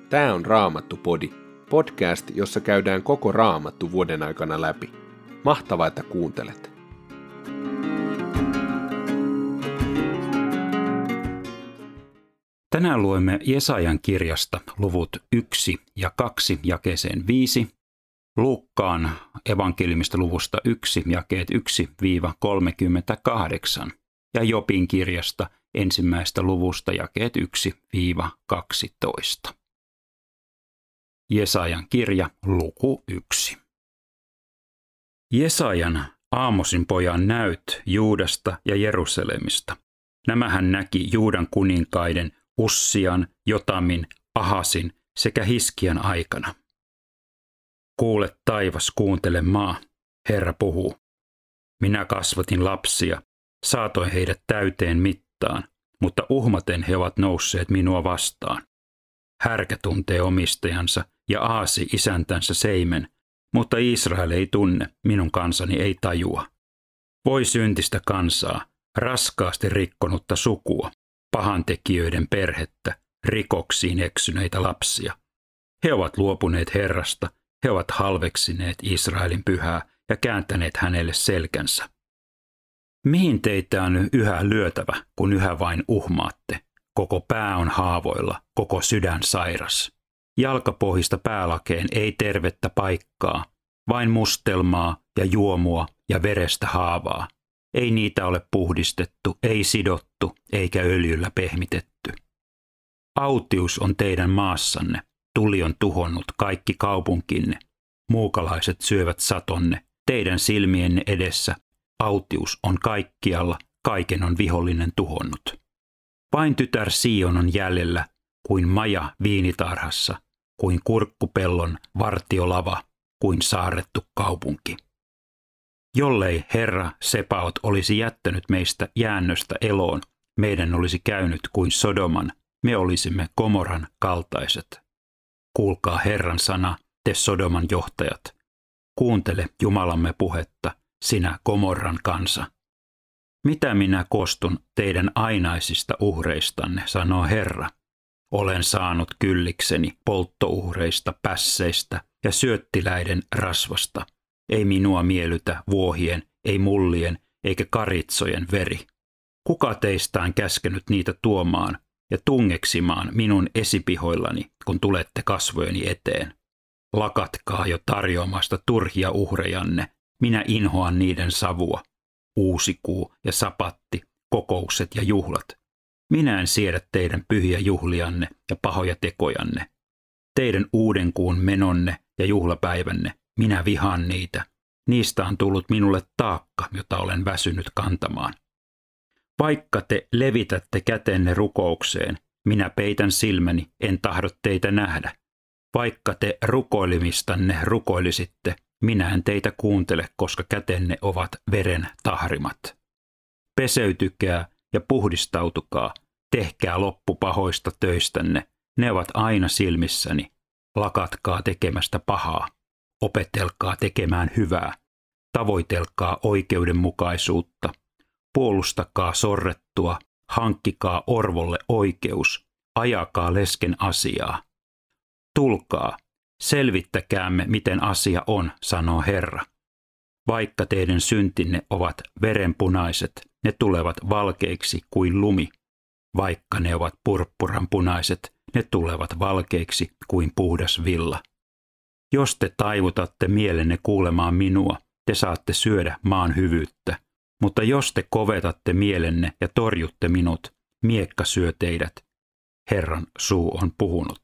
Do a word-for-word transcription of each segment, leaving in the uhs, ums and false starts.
Tää on Raamattu-podi, podcast, jossa käydään koko Raamattu vuoden aikana läpi. Mahtavaa, että kuuntelet! Tänään luemme Jesajan kirjasta luvut yksi ja kaksi jakeeseen viisi, Luukkaan evankeliumista luvusta yksi jakeet yksi kolmekymmentäkahdeksan ja Jobin kirjasta ensimmäistä luvusta jakeet yksi kaksitoista. Jesajan kirja luku yksi. Jesajan, Aamosin pojan näyt Juudasta ja Jerusalemista. Nämä hän näki Juudan kuninkaiden Ussian, Jotamin, Ahasin sekä Hiskian aikana. Kuule taivas, kuuntele maa, Herra puhuu. Minä kasvatin lapsia, saatoin heidät täyteen mittaan, mutta uhmaten he ovat nousseet minua vastaan. Härkä tuntee omistajansa ja aasi isäntänsä seimen, mutta Israel ei tunne, minun kansani ei tajua. Voi syntistä kansaa, raskaasti rikkonutta sukua, pahantekijöiden perhettä, rikoksiin eksyneitä lapsia. He ovat luopuneet Herrasta, he ovat halveksineet Israelin pyhää ja kääntäneet hänelle selkänsä. Mihin teitä on yhä lyötävä, kun yhä vain uhmaatte? Koko pää on haavoilla, koko sydän sairas. Jalkapohjista päälakeen ei tervettä paikkaa, vain mustelmaa ja juomua ja verestä haavaa. Ei niitä ole puhdistettu, ei sidottu, eikä öljyllä pehmitetty. Autius on teidän maassanne, tuli on tuhonnut kaikki kaupunkinne. Muukalaiset syövät satonne, teidän silmienne edessä. Autius on kaikkialla, kaiken on vihollinen tuhonnut. Vain tytär Sion on jäljellä, kuin maja viinitarhassa, kuin kurkkupellon vartiolava, kuin saarrettu kaupunki. Jollei Herra Sebaot olisi jättänyt meistä jäännöstä eloon, meidän olisi käynyt kuin Sodoman, me olisimme Gomoran kaltaiset. Kuulkaa Herran sana, te Sodoman johtajat. Kuuntele Jumalamme puhetta, sinä Gomorran kansa. Mitä minä kostun teidän ainaisista uhreistanne, sanoo Herra. Olen saanut kyllikseni polttouhreista, pässeistä ja syöttiläiden rasvasta. Ei minua miellytä vuohien, ei mullien eikä karitsojen veri. Kuka teistä on käskenyt niitä tuomaan ja tungeksimaan minun esipihoillani, kun tulette kasvojeni eteen? Lakatkaa jo tarjoamasta turhia uhrejanne, minä inhoan niiden savua. Uusikuu ja sapatti, kokoukset ja juhlat. Minä en siedä teidän pyhiä juhlianne ja pahoja tekojanne. Teidän uuden kuun menonne ja juhlapäivänne, minä vihaan niitä. Niistä on tullut minulle taakka, jota olen väsynyt kantamaan. Vaikka te levitätte kätenne rukoukseen, minä peitän silmäni, en tahdo teitä nähdä. Vaikka te rukoilimistanne rukoilisitte, minä en teitä kuuntele, koska kätenne ovat veren tahrimat. Peseytykää ja puhdistautukaa, tehkää loppu pahoista töistänne, ne ovat aina silmissäni. Lakatkaa tekemästä pahaa, opetelkaa tekemään hyvää, tavoitelkaa oikeudenmukaisuutta, puolustakaa sorrettua, hankkikaa orvolle oikeus, ajakaa lesken asiaa. Tulkaa, selvittäkäämme, miten asia on, sanoo Herra. Vaikka teidän syntinne ovat verenpunaiset, ne tulevat valkeiksi kuin lumi. Vaikka ne ovat purppuranpunaiset, ne tulevat valkeiksi kuin puhdas villa. Jos te taivutatte mielenne kuulemaan minua, te saatte syödä maan hyvyyttä. Mutta jos tekovetatte mielenne ja torjutte minut, miekka syö teidät. Herran suu on puhunut.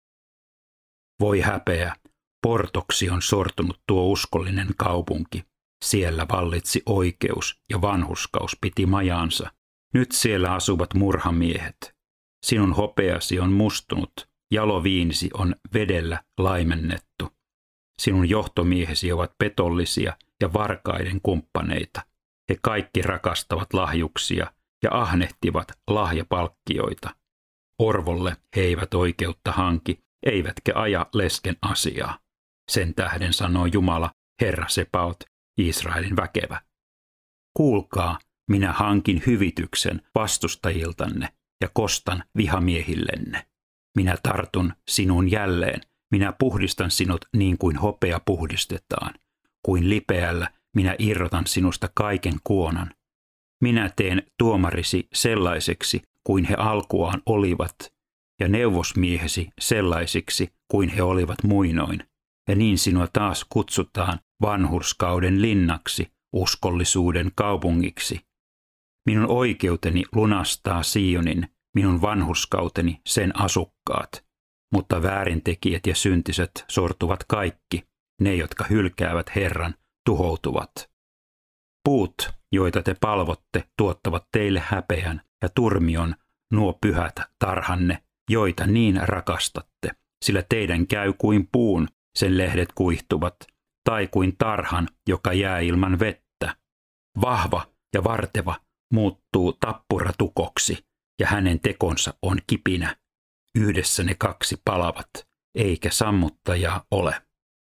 Voi häpeä, portoksi on sortunut tuo uskollinen kaupunki. Siellä vallitsi oikeus ja vanhurskaus piti majaansa. Nyt siellä asuvat murhamiehet. Sinun hopeasi on mustunut, jaloviinisi on vedellä laimennettu. Sinun johtomiehesi ovat petollisia ja varkaiden kumppaneita. He kaikki rakastavat lahjuksia ja ahnehtivat lahjapalkkioita. Orvolle he eivät oikeutta hanki, eivätkä aja lesken asiaa. Sen tähden sanoo Jumala, Herra Sebaot, Israelin väkevä. Kuulkaa, minä hankin hyvityksen vastustajiltanne ja kostan vihamiehillenne. minä tartun sinun jälleen, minä puhdistan sinut niin kuin hopea puhdistetaan, kuin lipeällä minä irrotan sinusta kaiken kuonan. Minä teen tuomarisi sellaiseksi kuin he alkuaan olivat, ja neuvosmiehesi sellaisiksi kuin he olivat muinoin. Ja niin sinua taas kutsutaan vanhurskauden linnaksi, uskollisuuden kaupungiksi. Minun oikeuteni lunastaa Sionin, minun vanhurskauteni sen asukkaat. Mutta väärintekijät ja syntiset sortuvat kaikki, ne jotka hylkäävät Herran, tuhoutuvat. Puut, joita te palvotte, tuottavat teille häpeän ja turmion nuo pyhät tarhanne, joita niin rakastatte, sillä teidän käy kuin puun, sen lehdet kuihtuvat, tai kuin tarhan, joka jää ilman vettä. Vahva ja varteva muuttuu tappuratukoksi, ja hänen tekonsa on kipinä. Yhdessä ne kaksi palavat, eikä sammuttajaa ole.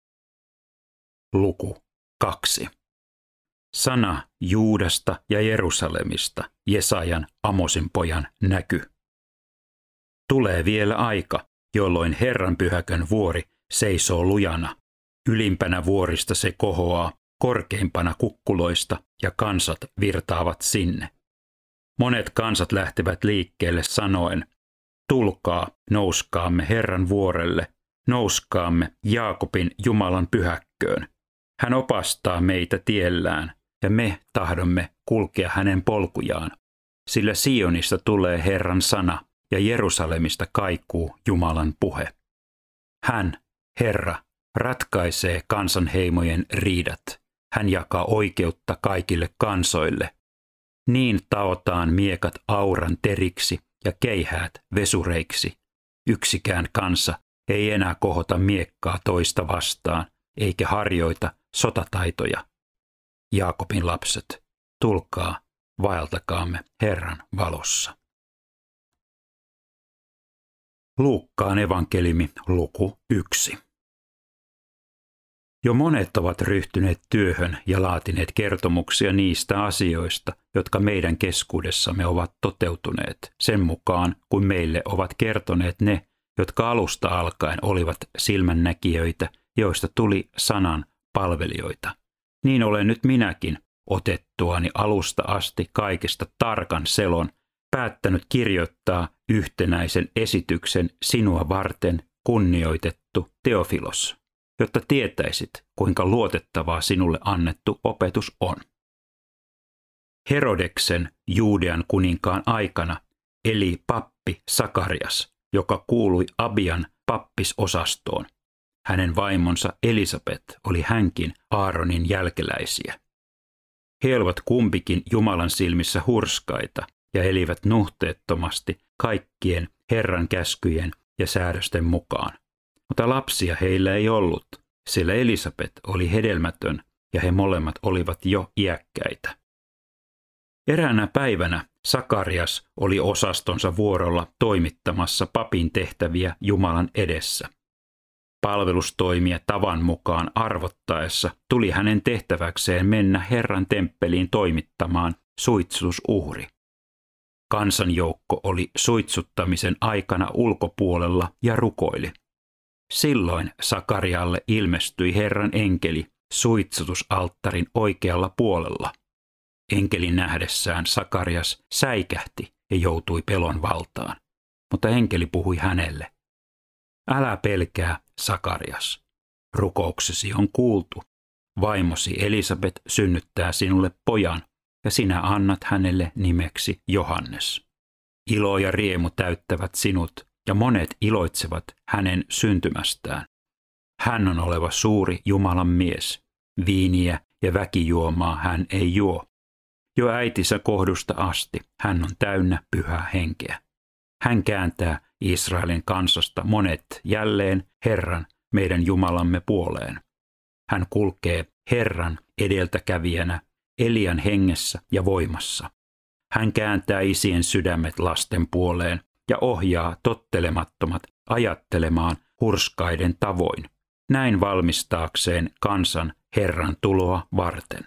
Luku kaksi. Sana Juudasta ja Jerusalemista, Jesajan, Amosin pojan näky. Tulee vielä aika, jolloin Herran pyhäkön vuori seisoo lujana. Ylimpänä vuorista se kohoaa, korkeimpana kukkuloista, ja kansat virtaavat sinne. Monet kansat lähtevät liikkeelle sanoen, tulkaa, nouskaamme Herran vuorelle, nouskaamme Jaakobin Jumalan pyhäkköön. Hän opastaa meitä tiellään, ja me tahdomme kulkea hänen polkujaan, sillä Sionista tulee Herran sana, ja Jerusalemista kaikuu Jumalan puhe. Hän, Herra, ratkaisee kansanheimojen riidat. Hän jakaa oikeutta kaikille kansoille. Niin taotaan miekat auran teriksi ja keihäät vesureiksi. Yksikään kansa ei enää kohota miekkaa toista vastaan, eikä harjoita sotataitoja. Jaakobin lapset, tulkaa, vaeltakaamme Herran valossa. Luukkaan evankeliumi, luku yksi. Jo monet ovat ryhtyneet työhön ja laatineet kertomuksia niistä asioista, jotka meidän keskuudessamme ovat toteutuneet, sen mukaan kuin meille ovat kertoneet ne, jotka alusta alkaen olivat silmännäkijöitä, joista tuli sanan palvelijoita. Niin olen nyt minäkin, otettuani alusta asti kaikesta tarkan selon, päättänyt kirjoittaa yhtenäisen esityksen sinua varten, kunnioitettu Teofilos, jotta tietäisit, kuinka luotettavaa sinulle annettu opetus on. Herodeksen, Juudean kuninkaan aikana, eli pappi Sakarias, joka kuului Abian pappisosastoon. Hänen vaimonsa Elisabet oli hänkin Aaronin jälkeläisiä. He olivat kumpikin Jumalan silmissä hurskaita ja elivät nuhteettomasti kaikkien Herran käskyjen ja säädösten mukaan. Mutta lapsia heillä ei ollut, sillä Elisabet oli hedelmätön ja he molemmat olivat jo iäkkäitä. Eräänä päivänä Sakarias oli osastonsa vuorolla toimittamassa papin tehtäviä Jumalan edessä. Palvelustoimia tavan mukaan arvottaessa tuli hänen tehtäväkseen mennä Herran temppeliin toimittamaan suitsutusuhri. Kansanjoukko oli suitsuttamisen aikana ulkopuolella ja rukoili. Silloin Sakarialle ilmestyi Herran enkeli suitsutusalttarin oikealla puolella. Enkelin nähdessään Sakarias säikähti ja joutui pelon valtaan, mutta enkeli puhui hänelle. Älä pelkää, Sakarias. Rukouksesi on kuultu. Vaimosi Elisabet synnyttää sinulle pojan, ja sinä annat hänelle nimeksi Johannes. Ilo ja riemu täyttävät sinut, ja monet iloitsevat hänen syntymästään. Hän on oleva suuri Jumalan mies. Viiniä ja väkijuomaa hän ei juo. Jo äitinsä kohdusta asti hän on täynnä pyhää henkeä. Hän kääntää Israelin kansasta monet jälleen Herran, meidän Jumalamme puoleen. Hän kulkee Herran edeltäkävijänä Elian hengessä ja voimassa. Hän kääntää isien sydämet lasten puoleen ja ohjaa tottelemattomat ajattelemaan hurskaiden tavoin, näin valmistaakseen kansan Herran tuloa varten.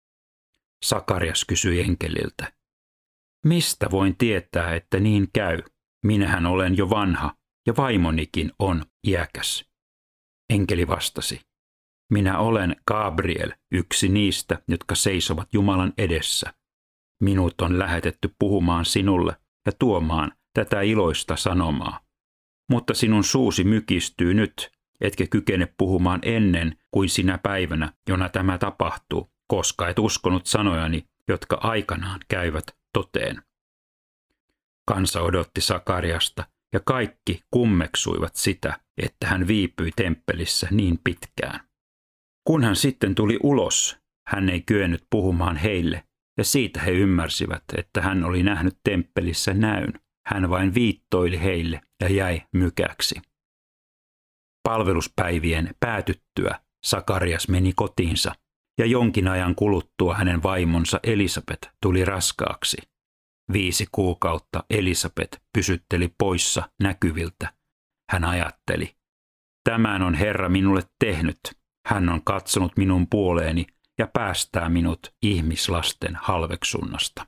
Sakarias kysyi enkeliltä, mistä voin tietää, että niin käy? Minähän olen jo vanha ja vaimonikin on iäkäs. Enkeli vastasi, minä olen Gabriel, yksi niistä, jotka seisovat Jumalan edessä. Minut on lähetetty puhumaan sinulle ja tuomaan tätä iloista sanomaa. Mutta sinun suusi mykistyy nyt, etkä kykene puhumaan ennen kuin sinä päivänä, jona tämä tapahtuu, koska et uskonut sanojani, jotka aikanaan käyvät toteen. Kansa odotti Sakariasta, ja kaikki kummeksuivat sitä, että hän viipyi temppelissä niin pitkään. Kun hän sitten tuli ulos, hän ei kyennyt puhumaan heille, ja siitä he ymmärsivät, että hän oli nähnyt temppelissä näyn. Hän vain viittoili heille ja jäi mykäksi. Palveluspäivien päätyttyä Sakarias meni kotiinsa, ja jonkin ajan kuluttua hänen vaimonsa Elisabet tuli raskaaksi. Viisi kuukautta Elisabet pysytteli poissa näkyviltä. Hän ajatteli, tämän on Herra minulle tehnyt. Hän on katsonut minun puoleeni ja päästää minut ihmislasten halveksunnasta.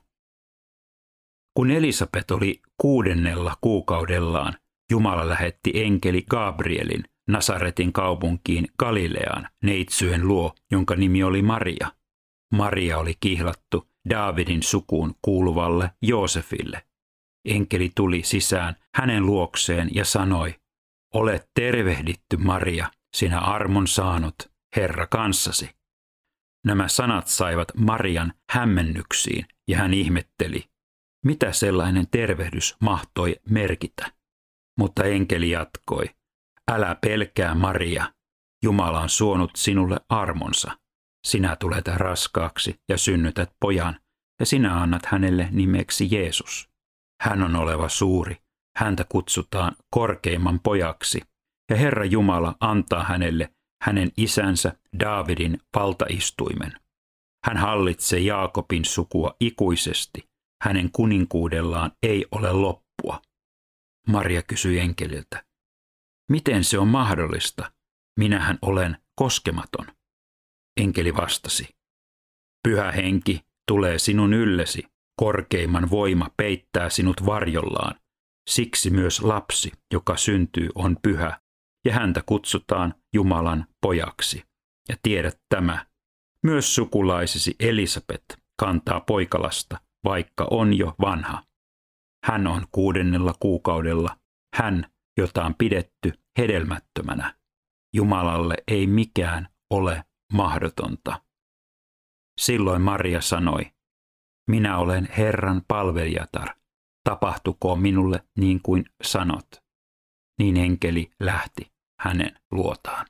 Kun Elisabet oli kuudennella kuukaudellaan, Jumala lähetti enkeli Gabrielin Nasaretin kaupunkiin Galileaan neitsyön luo, jonka nimi oli Maria. Maria oli kihlattu Daavidin sukuun kuuluvalle Joosefille. Enkeli tuli sisään hänen luokseen ja sanoi, olet tervehditty Maria, sinä armon saanut, Herra kanssasi. Nämä sanat saivat Marian hämmennyksiin ja hän ihmetteli, mitä sellainen tervehdys mahtoi merkitä. Mutta enkeli jatkoi, älä pelkää Maria, Jumala on suonut sinulle armonsa. Sinä tulet raskaaksi ja synnytät pojan, ja sinä annat hänelle nimeksi Jeesus. Hän on oleva suuri, häntä kutsutaan korkeimman pojaksi, ja Herra Jumala antaa hänelle hänen isänsä Daavidin valtaistuimen. Hän hallitsee Jaakobin sukua ikuisesti, hänen kuninkuudellaan ei ole loppua. Maria kysyi enkeliltä, miten se on mahdollista? Minähän olen koskematon. Enkeli vastasi, Pyhä Henki tulee sinun yllesi, korkeimman voima peittää sinut varjollaan. Siksi myös lapsi, joka syntyy, on pyhä, ja häntä kutsutaan Jumalan pojaksi. Ja tiedät tämä, myös sukulaisesi Elisabet kantaa poikalasta, vaikka on jo vanha. Hän on kuudennella kuukaudella, hän, jota on pidetty hedelmättömänä. Jumalalle ei mikään ole mahdotonta. Silloin Maria sanoi, minä olen Herran palvelijatar, tapahtukoon minulle niin kuin sanot. Niin enkeli lähti hänen luotaan.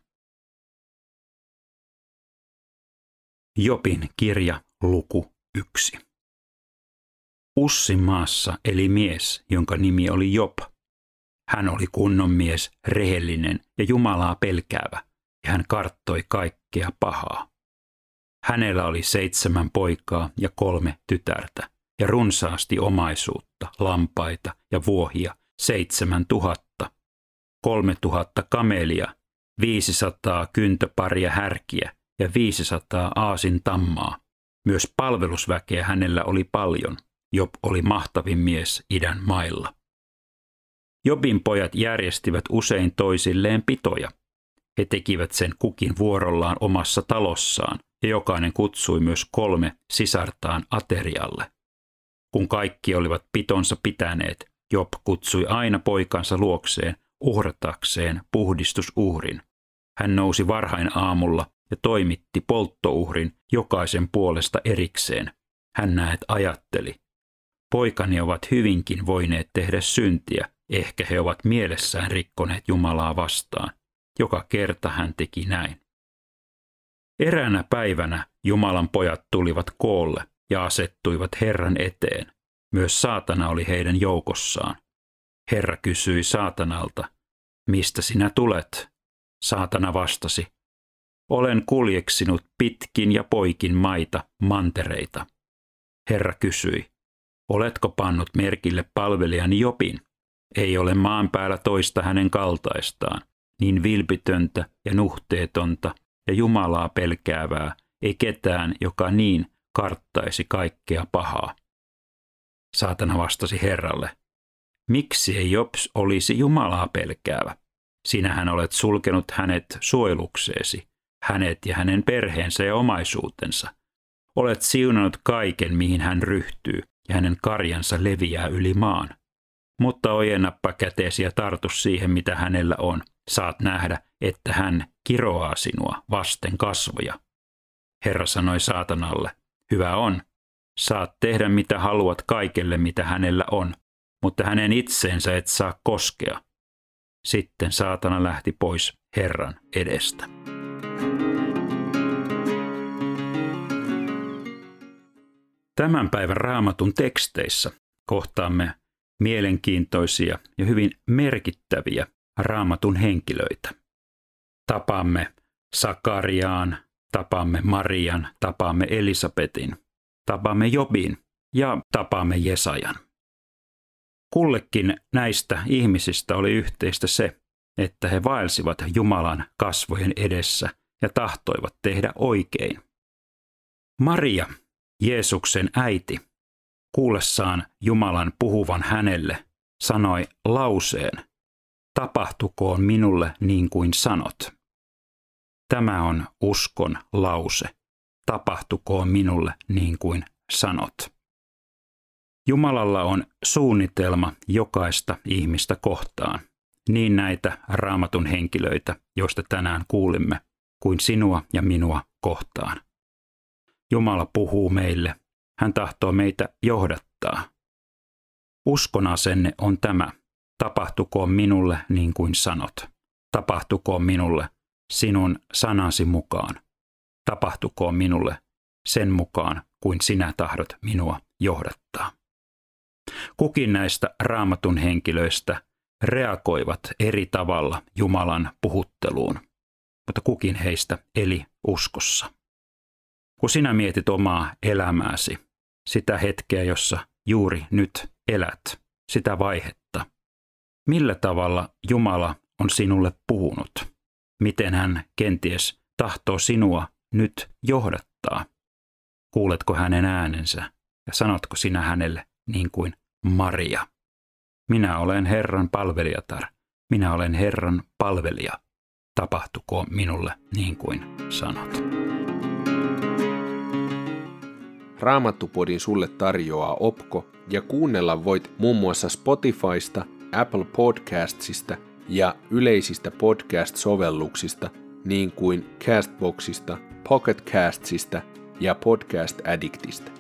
Jobin kirja luku yksi. Ussin maassa eli mies, jonka nimi oli Job. Hän oli kunnon mies, rehellinen ja Jumalaa pelkäävä, ja hän karttoi kaikkea pahaa. Hänellä oli seitsemän poikaa ja kolme tytärtä, ja runsaasti omaisuutta, lampaita ja vuohia, seitsemän tuhatta, kolme tuhatta kamelia, viisisataa kyntöparia härkiä ja viisisataa aasintammaa. Myös palvelusväkeä hänellä oli paljon. Job oli mahtavin mies idän mailla. Jobin pojat järjestivät usein toisilleen pitoja. He tekivät sen kukin vuorollaan omassa talossaan, ja jokainen kutsui myös kolme sisartaan aterialle. Kun kaikki olivat pitonsa pitäneet, Job kutsui aina poikansa luokseen uhratakseen puhdistusuhrin. Hän nousi varhain aamulla ja toimitti polttouhrin jokaisen puolesta erikseen. Hän näet ajatteli, poikani ovat hyvinkin voineet tehdä syntiä, ehkä he ovat mielessään rikkoneet Jumalaa vastaan. Joka kerta hän teki näin. Eräänä päivänä Jumalan pojat tulivat koolle ja asettuivat Herran eteen. Myös saatana oli heidän joukossaan. Herra kysyi saatanalta, mistä sinä tulet? Saatana vastasi, olen kuljeksinut pitkin ja poikin maita, mantereita. Herra kysyi, oletko pannut merkille palvelijani Jobin? Ei ole maan päällä toista hänen kaltaistaan, niin vilpitöntä ja nuhteetonta ja Jumalaa pelkäävää, ei ketään, joka niin karttaisi kaikkea pahaa. Saatana vastasi Herralle, Miksi ei Jobs olisi Jumalaa pelkäävä? Sinähän olet sulkenut hänet suojelukseesi, hänet ja hänen perheensä ja omaisuutensa. Olet siunannut kaiken, mihin hän ryhtyy, ja hänen karjansa leviää yli maan. Mutta ojennappa käteesi ja tartu siihen, mitä hänellä on. Saat nähdä, että hän kiroaa sinua vasten kasvoja. Herra sanoi saatanalle, hyvä on, saat tehdä mitä haluat kaikelle, mitä hänellä on, mutta hänen itseensä et saa koskea. Sitten saatana lähti pois Herran edestä. Tämän päivän Raamatun teksteissä kohtaamme mielenkiintoisia ja hyvin merkittäviä Raamatun henkilöitä. Tapaamme Sakariaan, tapaamme Marian, tapaamme Elisabetin, tapaamme Jobin ja tapaamme Jesajan. Kullekin näistä ihmisistä oli yhteistä se, että he vaelsivat Jumalan kasvojen edessä ja tahtoivat tehdä oikein. Maria, Jeesuksen äiti, kuullessaan Jumalan puhuvan hänelle, sanoi lauseen, tapahtukoon minulle niin kuin sanot. Tämä on uskon lause, tapahtukoon minulle niin kuin sanot. Jumalalla on suunnitelma jokaista ihmistä kohtaan, niin näitä Raamatun henkilöitä, joista tänään kuulimme, kuin sinua ja minua kohtaan. Jumala puhuu meille, hän tahtoo meitä johdattaa. Uskon asenne on tämä, tapahtukoon minulle niin kuin sanot, tapahtukoon minulle sinun sanasi mukaan, tapahtukoon minulle sen mukaan, kuin sinä tahdot minua johdattaa. Kukin näistä Raamatun henkilöistä reagoivat eri tavalla Jumalan puhutteluun, mutta kukin heistä eli uskossa. Kun sinä mietit omaa elämääsi, sitä hetkeä, jossa juuri nyt elät, sitä vaihetta, millä tavalla Jumala on sinulle puhunut? Miten hän kenties tahtoo sinua nyt johdattaa? Kuuletko hänen äänensä ja sanotko sinä hänelle niin kuin Maria? Minä olen Herran palvelijatar, minä olen Herran palvelija. Tapahtukoon minulle niin kuin sanot. Raamattupodin sulle tarjoaa Opko ja kuunnella voit muun muassa Spotifysta, Apple Podcastsista ja yleisistä podcast-sovelluksista niin kuin Castboxista, Pocket Castsista ja Podcast Addictista.